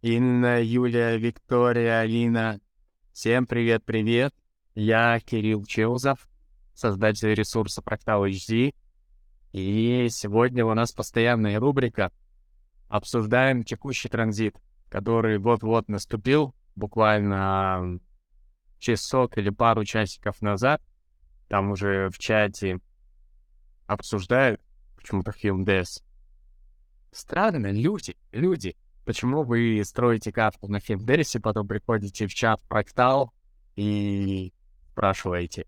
Инна, Юлия, Виктория, Алина. Всем привет-привет. Я Кирилл Чеузов, создатель ресурса Fractal HD. И сегодня у нас постоянная рубрика «Обсуждаем текущий транзит», который вот-вот наступил, буквально часок или пару часиков назад. Там уже в чате обсуждают почему-то FilmDesk. Странно, люди. Почему вы строите карту на FilmDesk, потом приходите в чат Fractal и спрашиваете?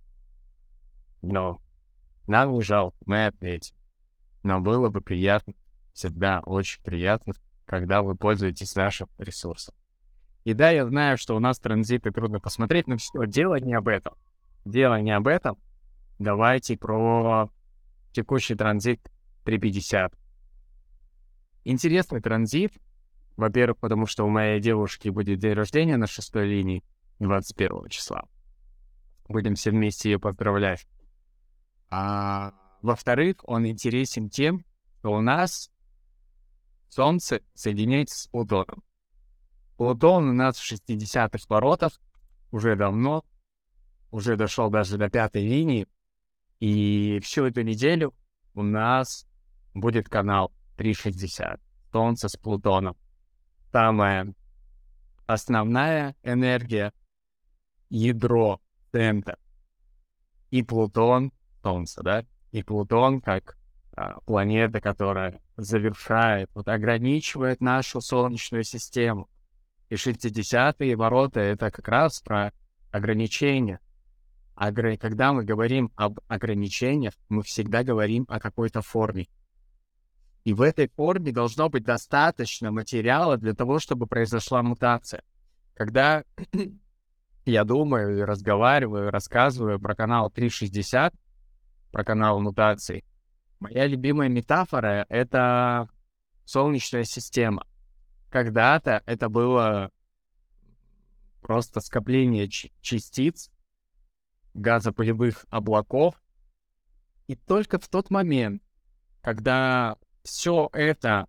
Но нам не жалко, мы ответим. Но было бы приятно, всегда очень приятно, когда вы пользуетесь нашим ресурсом. И да, я знаю, что у нас транзиты трудно посмотреть, но все, дело не об этом. Дело не об этом. Давайте про текущий транзит 350. Интересный транзит. Во-первых, потому что у моей девушки будет день рождения на 6-й линии 21 числа. Будем все вместе ее поздравлять. А во-вторых, он интересен тем, что у нас Солнце соединяется с Плутоном. Плутон у нас в 60-х воротах уже давно, уже дошел даже до 5-й линии. И всю эту неделю у нас будет канал 360. Солнце с Плутоном. Самая основная энергия, ядро, центр. И Плутон, Солнце, да? И Плутон как планета, которая завершает, ограничивает нашу Солнечную систему. И 60-е ворота — это как раз про ограничения. Когда мы говорим об ограничениях, мы всегда говорим о какой-то форме. И в этой форме должно быть достаточно материала для того, чтобы произошла мутация. Когда я думаю, разговариваю, рассказываю про канал 360, про канал мутаций, моя любимая метафора — это Солнечная система. Когда-то это было просто скопление частиц, газопылевых облаков. И только в тот момент, когда все это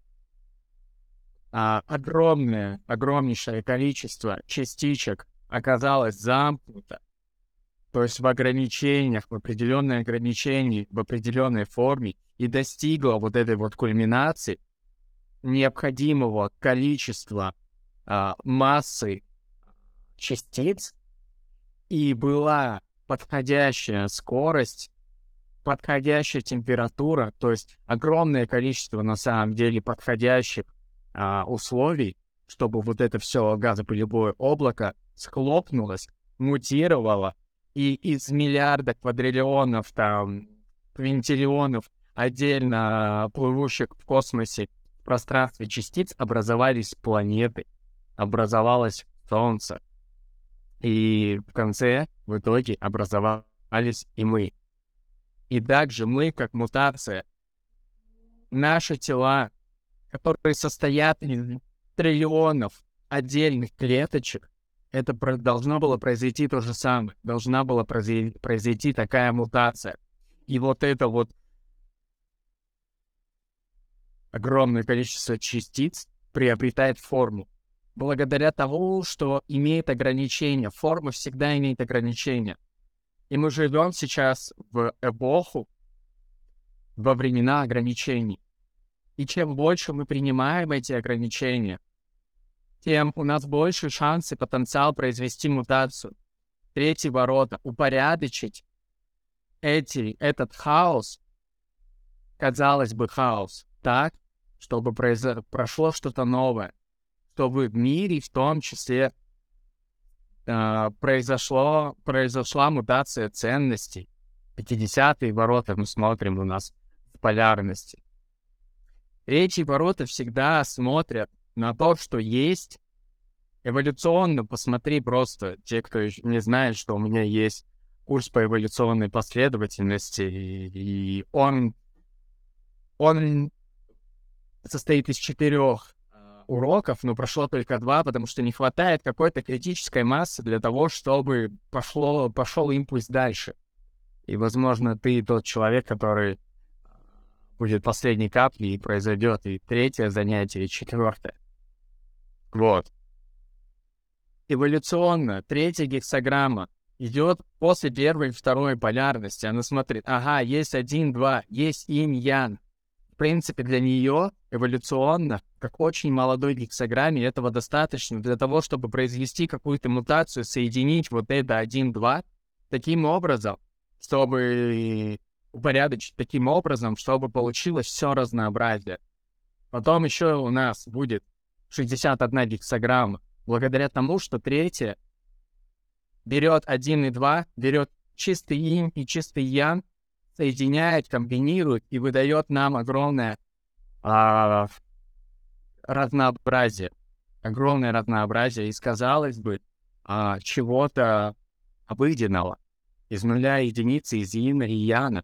огромнейшее количество частичек оказалось замкнуто, то есть в ограничениях, в определенной ограничении, в определенной форме, и достигло вот этой вот кульминации необходимого количества массы частиц, и была подходящая скорость, подходящая температура, то есть огромное количество на самом деле подходящих условий, чтобы вот это все газопылевое облако схлопнулось, мутировало, и из миллиарда квадриллионов, квинтиллионов отдельно плывущих в космосе в пространстве частиц образовались планеты, образовалось Солнце. И в конце, в итоге, образовались и мы. И также мы, как мутация, наши тела, которые состоят из триллионов отдельных клеточек, это должно было произойти то же самое. Должна была произойти такая мутация. И вот это вот огромное количество частиц приобретает форму. Благодаря тому, что имеет ограничения. Форма всегда имеет ограничения. И мы живем сейчас в эпоху, во времена ограничений. И чем больше мы принимаем эти ограничения, тем у нас больше шанс и потенциал произвести мутацию. Третьи ворота — упорядочить этот хаос, казалось бы, хаос, так, чтобы прошло что-то новое, чтобы в мире в том числе произошла мутация ценностей. 50-е ворота мы смотрим у нас в полярности. Третьи ворота всегда смотрят на то, что есть. Эволюционно посмотри просто. Те, кто не знает, что у меня есть курс по эволюционной последовательности, и он состоит из 4 уроков, но прошло только 2, потому что не хватает какой-то критической массы для того, чтобы пошел импульс дальше. И, возможно, ты тот человек, который будет последней каплей, и произойдет и 3-е занятие, и 4-е. Вот. эволюционно третья гексограмма идет после первой и второй полярности. Она смотрит, ага, есть 1, 2, есть инь-ян. В принципе, для нее эволюционно, как очень молодой гексограмме, этого достаточно для того, чтобы произвести какую-то мутацию, соединить вот это 1, 2, таким образом, чтобы упорядочить таким образом, чтобы получилось все разнообразие. Потом еще у нас будет 61 гексограмма, благодаря тому, что третья берет 1 и 2, берет чистый инь и чистый ян, соединяет, комбинирует и выдает нам огромное разнообразие. Огромное разнообразие из, казалось бы, чего-то обыденного. Из нуля и единицы, из иина и яна.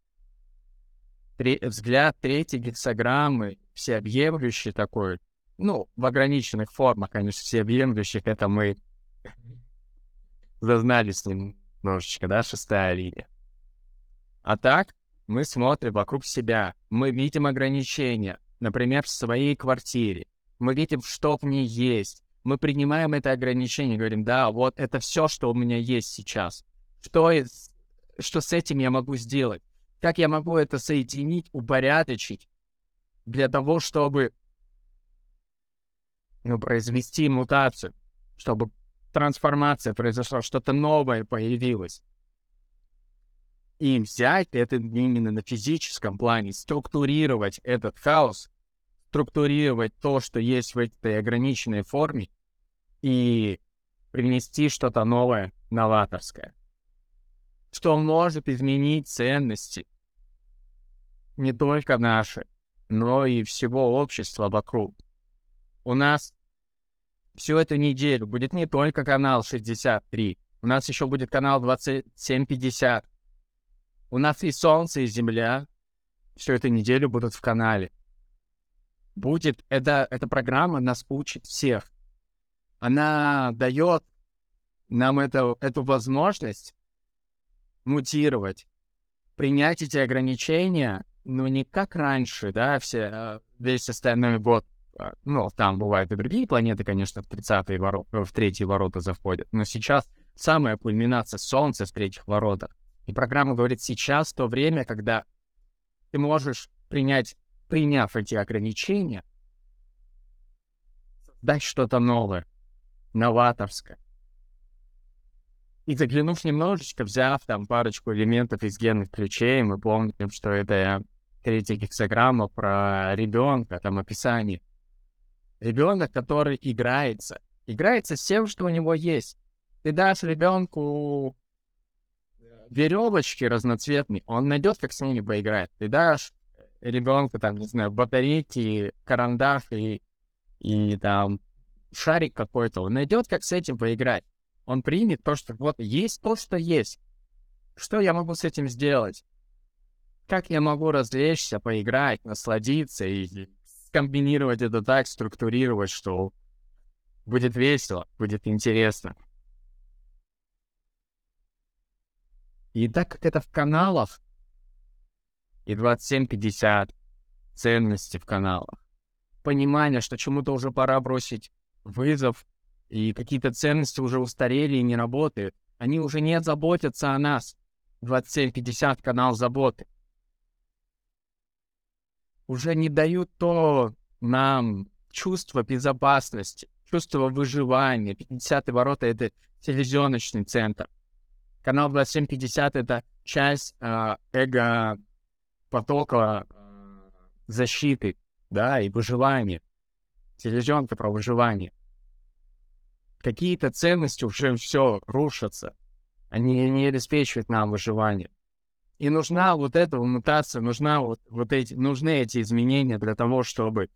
Взгляд третьей гексограммы, всеобъемлющий такой, ну, в ограниченных формах, конечно, всеобъемлющих, это мы зазнались немножечко, да, 6-я линия. А так, мы смотрим вокруг себя, мы видим ограничения, например, в своей квартире, мы видим, что в ней есть, мы принимаем это ограничение, говорим, да, вот это все, что у меня есть сейчас, что с этим я могу сделать, как я могу это соединить, упорядочить, для того, чтобы произвести мутацию, чтобы трансформация произошла, что-то новое появилось. И взять это именно на физическом плане, структурировать этот хаос, структурировать то, что есть в этой ограниченной форме, и принести что-то новое, новаторское, что может изменить ценности не только наши, но и всего общества вокруг. У нас всю эту неделю будет не только канал 63, у нас еще будет канал 2750. У нас и Солнце, и Земля всю эту неделю будут в канале. Эта программа нас учит всех. Она дает нам эту возможность мутировать, принять эти ограничения, но не как раньше, да, весь остальной год. Ну, там бывают и другие планеты, конечно, в 30-е ворота, в 3-е ворота заходят, но сейчас самая кульминация Солнца в 3-х воротах. И программа говорит, сейчас то время, когда ты можешь приняв эти ограничения, дать что-то новое, новаторское. И заглянув немножечко, взяв там парочку элементов из генных ключей, мы помним, что это 3-я гексограмма про ребенка, там описание. Ребенок, который играется с тем, что у него есть. Ты дашь ребенку веревочки разноцветные, он найдет, как с ними поиграть. Ты дашь ребенку, там, не знаю, батарейки, карандаш и там шарик какой-то, он найдет, как с этим поиграть. Он примет то, что вот есть то, что есть. Что я могу с этим сделать? Как я могу развлечься, поиграть, насладиться и скомбинировать это так, структурировать, что будет весело, будет интересно. И так как это в каналах, и 2750 ценности в каналах, понимание, что чему-то уже пора бросить вызов, и какие-то ценности уже устарели и не работают, они уже не заботятся о нас. 2750 канал заботы. Уже не дают нам чувство безопасности, чувство выживания. 50-е ворота — это селезеночный центр. Канал 2750 — это часть эго-потока защиты, да, и выживания. Селезенка про выживание. Какие-то ценности уже все рушатся. Они не обеспечивают нам выживание. И нужна вот эта мутация, нужны эти изменения для того, чтобы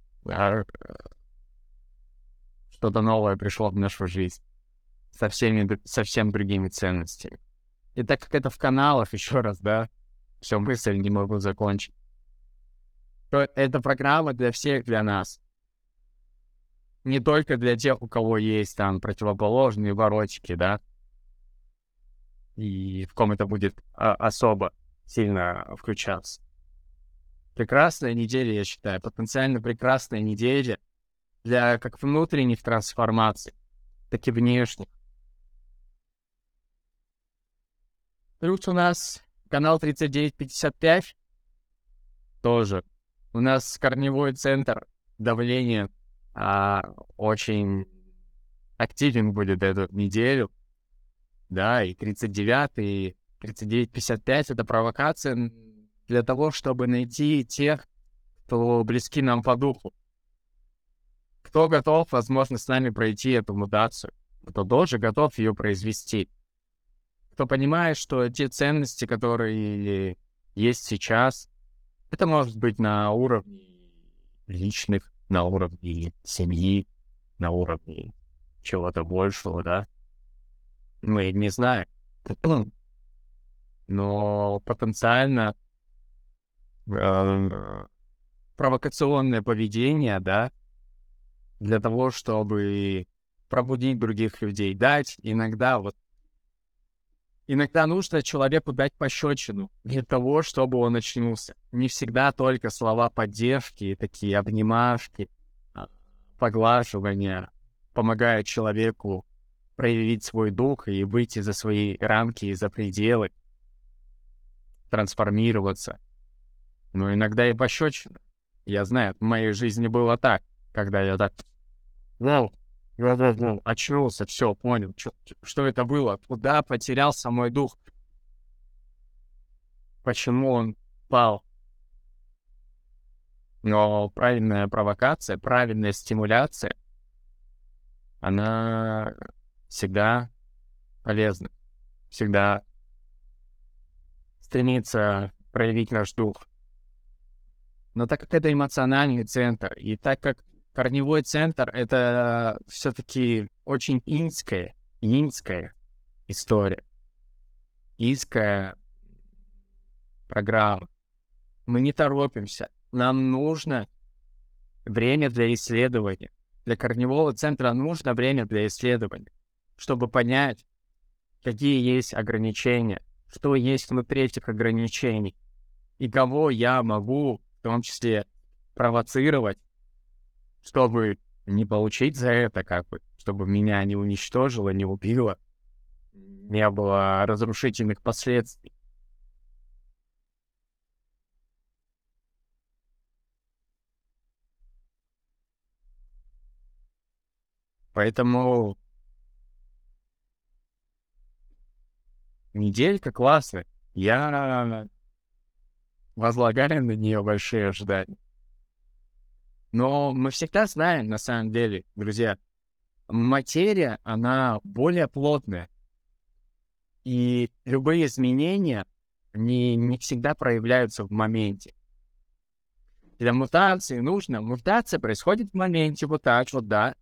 что-то новое пришло в нашу жизнь совсем другими ценностями. И так как это в каналах, еще раз, да, все, мысль не могу закончить, то эта программа для всех, для нас. Не только для тех, у кого есть там противоположные воротики, да, и в ком это будет особо сильно включаться. Прекрасная неделя, я считаю, потенциально прекрасная неделя для как внутренних трансформаций, так и внешних. Плюс у нас канал 3955 тоже. У нас корневой центр давления очень активен будет эту неделю. Да, и 39 и 3955 это провокация для того, чтобы найти тех, кто близки нам по духу. Кто готов, возможно, с нами пройти эту мутацию. Кто тоже готов ее произвести. Кто понимает, что те ценности, которые есть сейчас, это может быть на уровне личных, на уровне семьи, на уровне чего-то большего, да. Мы не знаем. Но потенциально провокационное поведение, да, для того, чтобы пробудить других людей, дать иногда нужно человеку дать пощечину для того, чтобы он очнулся. Не всегда только слова поддержки, такие обнимашки, поглаживания помогают человеку проявить свой дух и выйти за свои рамки и за пределы, трансформироваться. Но иногда и пощечина. Я знаю, в моей жизни было так, когда я так очнулся, все, понял, что это было, куда потерялся мой дух, почему он пал. Но правильная провокация, правильная стимуляция, она всегда полезна, всегда стремится проявить наш дух. Но так как это эмоциональный центр, и так как корневой центр — это все-таки очень иньская история, иньская программа. Мы не торопимся. Нам нужно время для исследования. Для корневого центра нужно время для исследования, чтобы понять, какие есть ограничения, что есть внутри этих ограничений, и кого я могу, в том числе, провоцировать, чтобы не получить за это, чтобы меня не уничтожило, не убило, не было разрушительных последствий. Поэтому неделька классная. Я возлагаю на нее большие ожидания. Но мы всегда знаем, на самом деле, друзья, материя, она более плотная. И любые изменения, не всегда проявляются в моменте. Для мутации мутация происходит в моменте, вот так вот, да.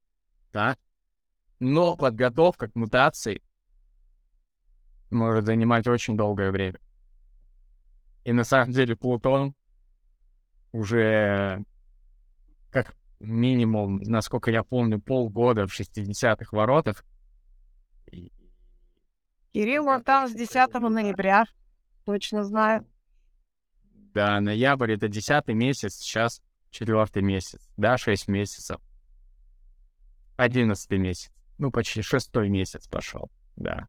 Но подготовка к мутации может занимать очень долгое время. И на самом деле Плутон уже как минимум, насколько я помню, полгода в 60-х воротах. Кирилл, он там с 10 ноября, точно знаю. Да, ноябрь — это 10-й месяц, сейчас 4-й месяц, да, 6 месяцев. 11-й месяц, почти 6-й месяц пошел, да.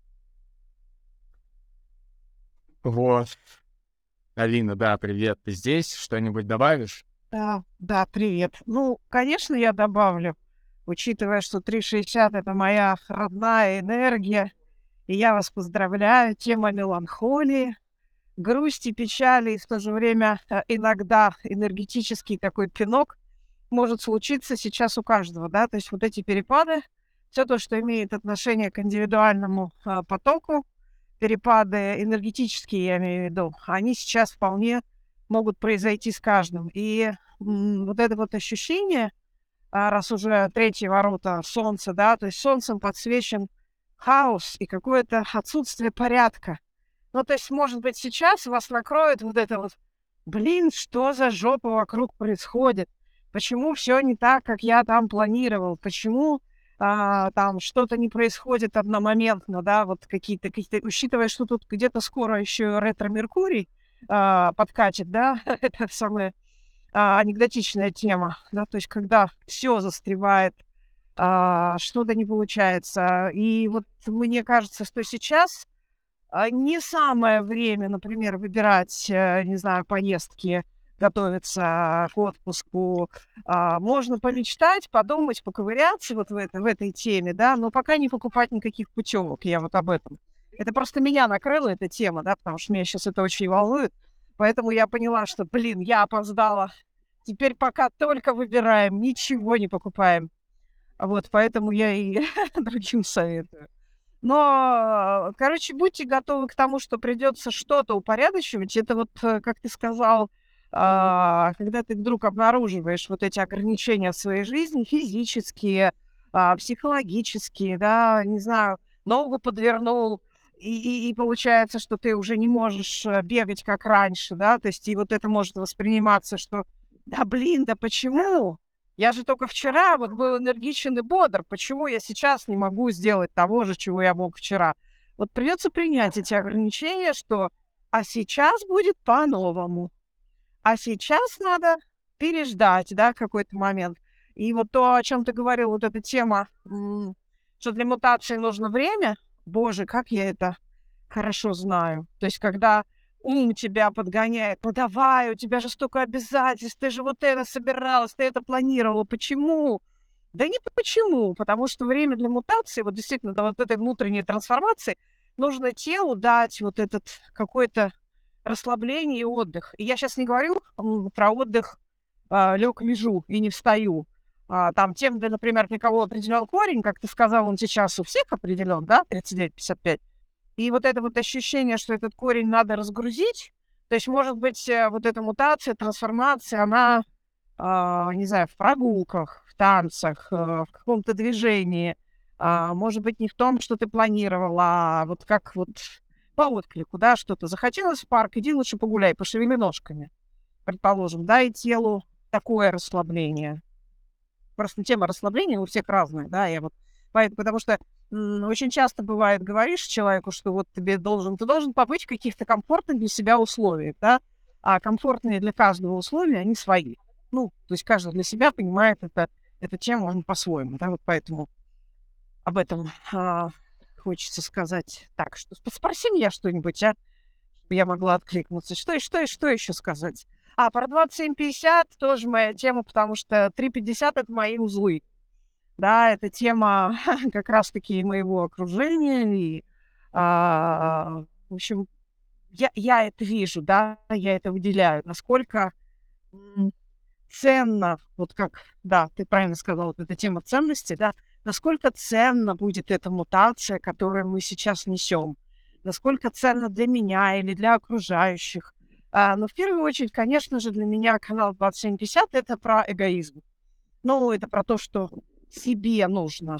Вот. Алина, да, привет, ты здесь? Что-нибудь добавишь? Да, привет. Конечно, я добавлю, учитывая, что 360 — это моя родная энергия, и я вас поздравляю. Тема меланхолии, грусти, печали, и в то же время иногда энергетический такой пинок может случиться сейчас у каждого, да, то есть вот эти перепады, все то, что имеет отношение к индивидуальному потоку, перепады энергетические, я имею в виду, они сейчас вполне могут произойти с каждым. И вот это вот ощущение, раз уже третьи ворота солнца, да, то есть солнцем подсвечен хаос и какое-то отсутствие порядка. То есть, может быть, сейчас вас накроет вот это вот, что за жопа вокруг происходит? Почему все не так, как я там планировал? Почему там что-то не происходит одномоментно, да, вот какие-то, учитывая, что тут где-то скоро еще ретро-меркурий подкатит, да, это самая анекдотичная тема, да, то есть когда все застревает что-то не получается. И вот мне кажется, что сейчас не самое время, например, выбирать, не знаю, поездки, готовиться к отпуску. Можно помечтать, подумать, поковыряться вот в этой теме, да, но пока не покупать никаких путевок. Я вот об этом. Это просто меня накрыла эта тема, да, потому что меня сейчас это очень волнует. Поэтому я поняла, что, блин, я опоздала. Теперь пока только выбираем, ничего не покупаем. Вот, поэтому я и другим советую. Но, короче, будьте готовы к тому, что придется что-то упорядочивать. Это вот, как ты сказал, когда ты вдруг обнаруживаешь вот эти ограничения в своей жизни, физические, психологические, да, не знаю, ногу подвернул, и получается, что ты уже не можешь бегать как раньше, да, то есть и вот это может восприниматься, что да блин, да почему? Я же только вчера вот был энергичен и бодр. Почему я сейчас не могу сделать того же, чего я мог вчера? Вот придется принять эти ограничения, что а сейчас будет по-новому. А сейчас надо переждать, да, какой-то момент. И вот то, о чем ты говорил, вот эта тема, что для мутации нужно время, боже, как я это хорошо знаю. То есть, когда ум тебя подгоняет, ну давай, у тебя же столько обязательств, ты же вот это собиралась, ты это планировала, почему? Да не почему, потому что время для мутации, вот действительно, до вот этой внутренней трансформации, нужно телу дать вот этот какой-то расслабление и отдых. И я сейчас не говорю про отдых, лег, лежу и не встаю. Там тем, где, например, для кого определен корень, как ты сказал, он сейчас у всех определен, да, 39-55. И вот это вот ощущение, что этот корень надо разгрузить, то есть, может быть, вот эта мутация, трансформация, она, не знаю, в прогулках, в танцах, в каком-то движении, может быть, не в том, что ты планировала, а вот как вот по отклику, да, что-то захотелось в парк, иди лучше погуляй, пошевели ножками, предположим, да, и телу такое расслабление. Просто тема расслабления у всех разная, да, я вот потому что очень часто бывает, говоришь человеку, что вот ты должен побыть в каких-то комфортных для себя условиях, да, а комфортные для каждого условия, они свои. Ну, то есть каждый для себя понимает эту тему, он по-своему, да, вот поэтому об этом хочется сказать. Так, что спроси меня что-нибудь, чтобы я могла откликнуться. Что еще сказать? Про 27-50 тоже моя тема, потому что 3-50 это мои узлы. Да, это тема как раз-таки моего окружения. И, в общем, я это вижу, да, я это выделяю. Насколько ценно, вот как, да, ты правильно сказала, вот эта тема ценности, да, насколько ценна будет эта мутация, которую мы сейчас несем. Насколько ценно для меня или для окружающих. Но в первую очередь, конечно же, для меня канал 2750 это про эгоизм. Ну, это про то, что себе нужно,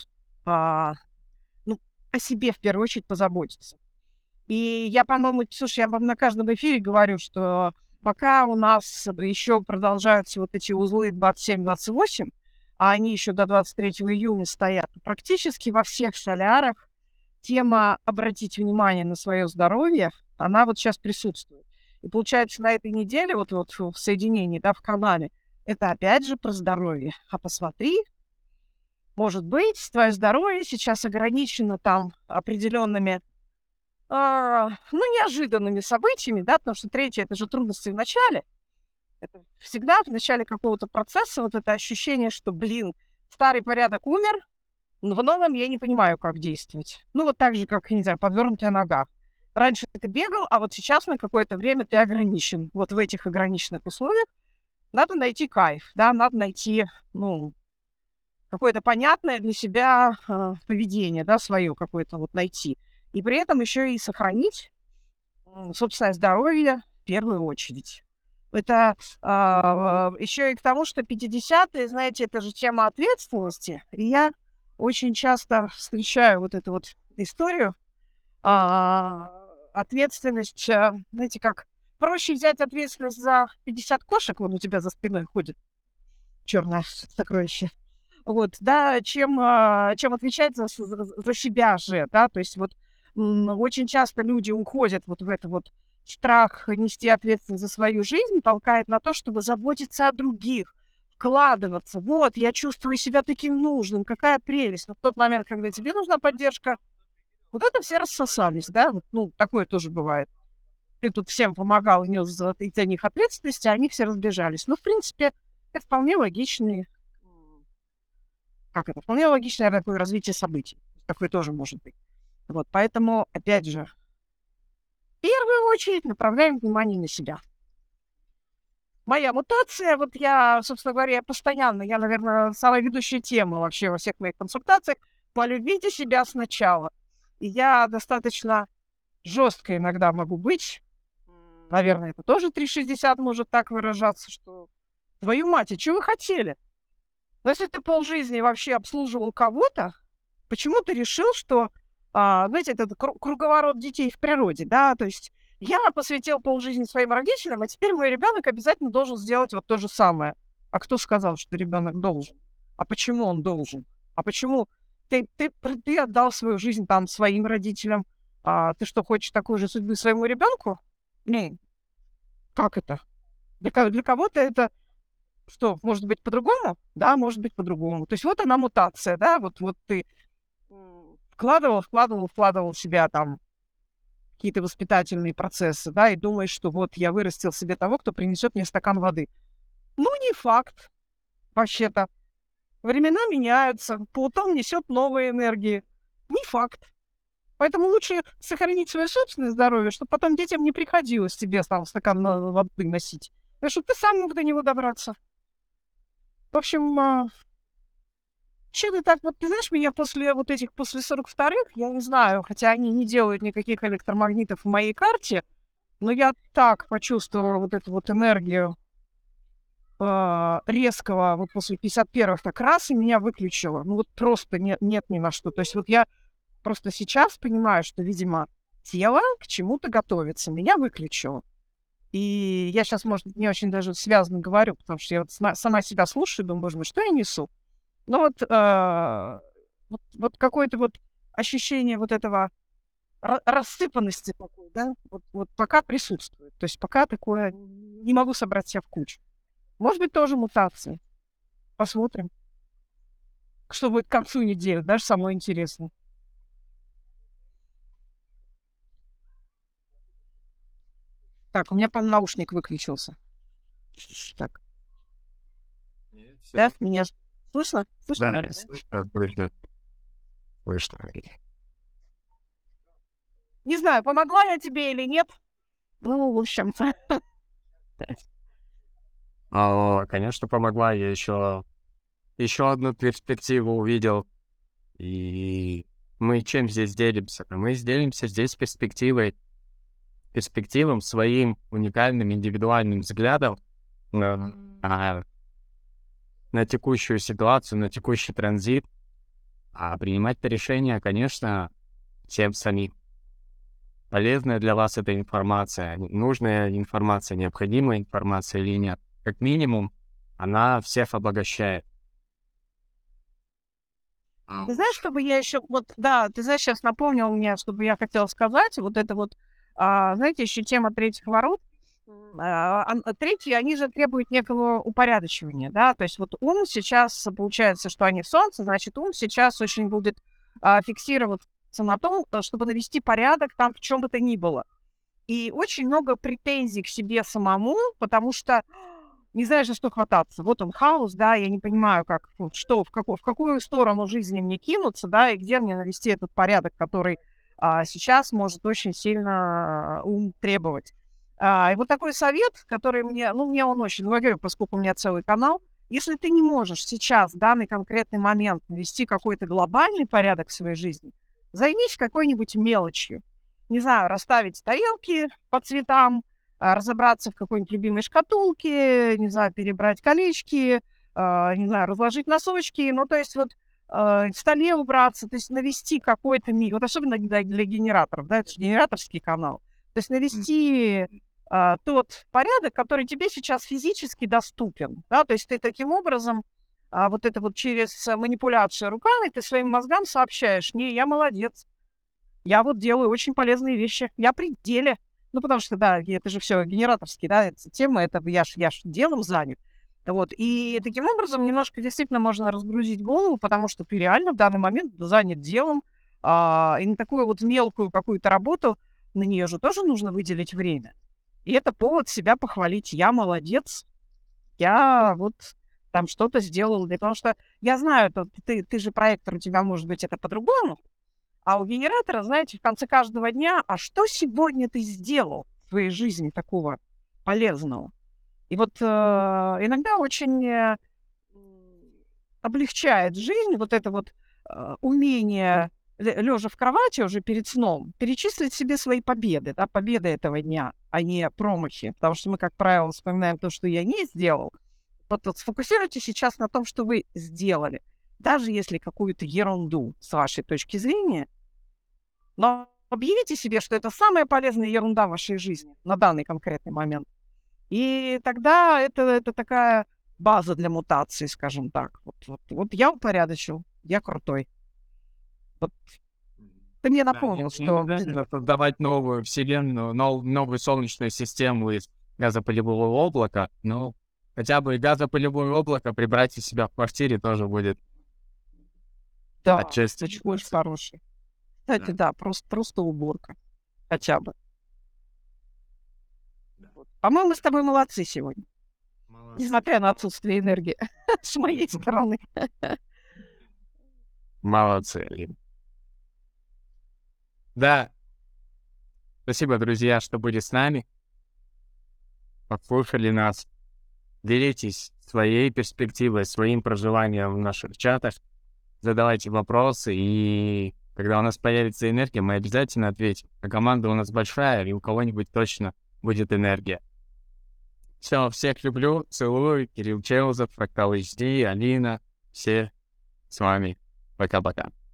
о себе в первую очередь позаботиться. И я, по-моему, слушай, я вам на каждом эфире говорю, что пока у нас еще продолжаются вот эти узлы 27-28, а они еще до 23 июня стоят, практически во всех солярах тема обратить внимание на свое здоровье, она вот сейчас присутствует. И получается, на этой неделе, вот в соединении, да, в канале, это опять же про здоровье. А посмотри, может быть, твое здоровье сейчас ограничено там определенными, неожиданными событиями, да, потому что третье — это же трудности в начале. Это всегда в начале какого-то процесса вот это ощущение, что, блин, старый порядок умер, но в новом я не понимаю, как действовать. Ну, вот так же, как, не знаю, подвернутая нога. Раньше ты бегал, а вот сейчас на какое-то время ты ограничен. Вот в этих ограниченных условиях надо найти кайф, да, надо найти, какое-то понятное для себя поведение, да, свое какое-то вот найти. И при этом еще и сохранить собственное здоровье в первую очередь. Это еще и к тому, что 50-е, знаете, это же тема ответственности. И я очень часто встречаю вот эту вот историю. Ответственность, знаете, как проще взять ответственность за 50 кошек, вон у тебя за спиной ходит черное сокровище. Вот, да, чем отвечать за себя же, да, то есть вот очень часто люди уходят вот в это вот страх нести ответственность за свою жизнь, толкает на то, чтобы заботиться о других, вкладываться. Вот, я чувствую себя таким нужным, какая прелесть. Но в тот момент, когда тебе нужна поддержка, вот это все рассосались, да, вот, ну, такое тоже бывает. Ты тут всем помогал, нес за них ответственность, а они все разбежались. Ну, в принципе, это вполне логичный, вполне логичное такое развитие событий. Такое тоже может быть. Вот, поэтому, опять же, в первую очередь направляем внимание на себя. Моя мутация, вот я, собственно говоря, я, наверное, самая ведущая тема вообще во всех моих консультациях. Полюбите себя сначала. И я достаточно жестко иногда могу быть. Наверное, это тоже 360 может так выражаться, что твою мать, а чего вы хотели? Но если ты полжизни вообще обслуживал кого-то, почему ты решил, что, знаете, это круговорот детей в природе, да, то есть я посвятил полжизни своим родителям, а теперь мой ребенок обязательно должен сделать вот то же самое. А кто сказал, что ребенок должен? А почему он должен? А почему ты отдал свою жизнь там своим родителям? Ты что, хочешь такой же судьбы своему ребенку? Не, как это? Для кого-то это что, может быть по-другому? Да, может быть по-другому. То есть вот она мутация, да, вот ты вкладывал в себя там какие-то воспитательные процессы, да, и думаешь, что вот я вырастил себе того, кто принесет мне стакан воды. Ну, не факт, вообще-то. Времена меняются, Плутон несет новые энергии. Не факт. Поэтому лучше сохранить свое собственное здоровье, чтобы потом детям не приходилось тебе там стакан воды носить. Потому что ты сам мог до него добраться. В общем, что-то так вот, ты знаешь, меня после 42-х, я не знаю, хотя они не делают никаких электромагнитов в моей карте, но я так почувствовала вот эту вот энергию резкого, вот после 51-х так раз, и меня выключило. Ну вот просто нет ни на что. То есть вот я просто сейчас понимаю, что, видимо, тело к чему-то готовится, меня выключило. И я сейчас, может, не очень даже связно говорю, потому что я вот сама себя слушаю, думаю, боже мой, что я несу? Ну вот какое-то вот ощущение вот этого рассыпанности такой, да, вот пока присутствует. То есть пока такое не могу собрать себя в кучу. Может быть, тоже мутация. Посмотрим. Что будет к концу недели, даже самое интересное. Так, у меня, по-моему, наушник выключился. Так. Да, меня слышно? Слышно? Да, слышно. Слышно. Не знаю, помогла я тебе или нет. Ну, в общем. Конечно, помогла. Я еще одну перспективу увидел. И мы чем здесь делимся? Мы делимся здесь перспективам, своим уникальным индивидуальным взглядом на текущую ситуацию, на текущий транзит. А принимать-то решение, конечно, всем самим. Полезная для вас эта информация, нужная информация, необходимая информация или нет. Как минимум, она всех обогащает. Ты знаешь, чтобы я еще... Вот, да, ты знаешь, сейчас напомнил мне, чтобы я хотела сказать. Вот это вот, знаете, еще тема третьих ворот. Третьи, они же требуют некого упорядочивания, да, то есть вот ум сейчас, получается, что они в Солнце, значит, ум сейчас очень будет фиксироваться на том, чтобы навести порядок там в чем бы то ни было. И очень много претензий к себе самому, потому что не знаешь, за что хвататься. Вот он хаос, да, я не понимаю, как, в какую сторону жизни мне кинуться, да, и где мне навести этот порядок, который сейчас может очень сильно ум требовать. И вот такой совет, который мне он очень, говорю, поскольку у меня целый канал, если ты не можешь сейчас, в данный конкретный момент, навести какой-то глобальный порядок в своей жизни, займись какой-нибудь мелочью. Не знаю, расставить тарелки по цветам, разобраться в какой-нибудь любимой шкатулке, не знаю, перебрать колечки, не знаю, разложить носочки, ну, то есть вот в столе убраться, то есть навести какой-то мир, вот особенно для генераторов, да, это же генераторский канал, то есть навести тот порядок, который тебе сейчас физически доступен, да, то есть ты таким образом вот это вот через манипуляцию руками ты своим мозгам сообщаешь: не, я молодец, я вот делаю очень полезные вещи, я при деле. Ну, потому что, да, это же все генераторские, да, эта тема, это я ж делом занят. Вот. И таким образом немножко действительно можно разгрузить голову, потому что ты реально в данный момент занят делом, и на такую вот мелкую какую-то работу, на нее же тоже нужно выделить время. И это повод себя похвалить. Я молодец, я вот там что-то сделал. Потому что я знаю, ты же проектор, у тебя может быть это по-другому, а у генератора, знаете, в конце каждого дня, а что сегодня ты сделал в своей жизни такого полезного? И вот иногда очень облегчает жизнь вот это вот умение, лежа в кровати уже перед сном, перечислить себе свои победы, да, победы этого дня, а не промахи. Потому что мы, как правило, вспоминаем то, что я не сделал. Вот сфокусируйтесь сейчас на том, что вы сделали. Даже если какую-то ерунду с вашей точки зрения, но объявите себе, что это самая полезная ерунда в вашей жизни на данный конкретный момент. И тогда это такая база для мутации, скажем так. Вот я упорядочил, я крутой. Вот ты мне Да, напомнил, не что обязательно создавать новую вселенную, новую солнечную систему из газопылевого облака, но хотя бы газопылевое облако прибрать у себя в квартире тоже будет да, отчасти. очень хороший. Кстати, Да. да, просто уборка. Хотя бы. Да. Вот. По-моему, мы с тобой молодцы сегодня. Молодцы. Несмотря на отсутствие энергии с моей стороны. Молодцы, Алина. Да, спасибо, друзья, что были с нами, послушали нас. Делитесь своей перспективой, своим проживанием в наших чатах, задавайте вопросы, и когда у нас появится энергия, мы обязательно ответим. А команда у нас большая, и у кого-нибудь точно будет энергия. Все, всех люблю, целую. Кирилл Челзов, Фрактал HD, Алина. Все с вами. Пока-пока.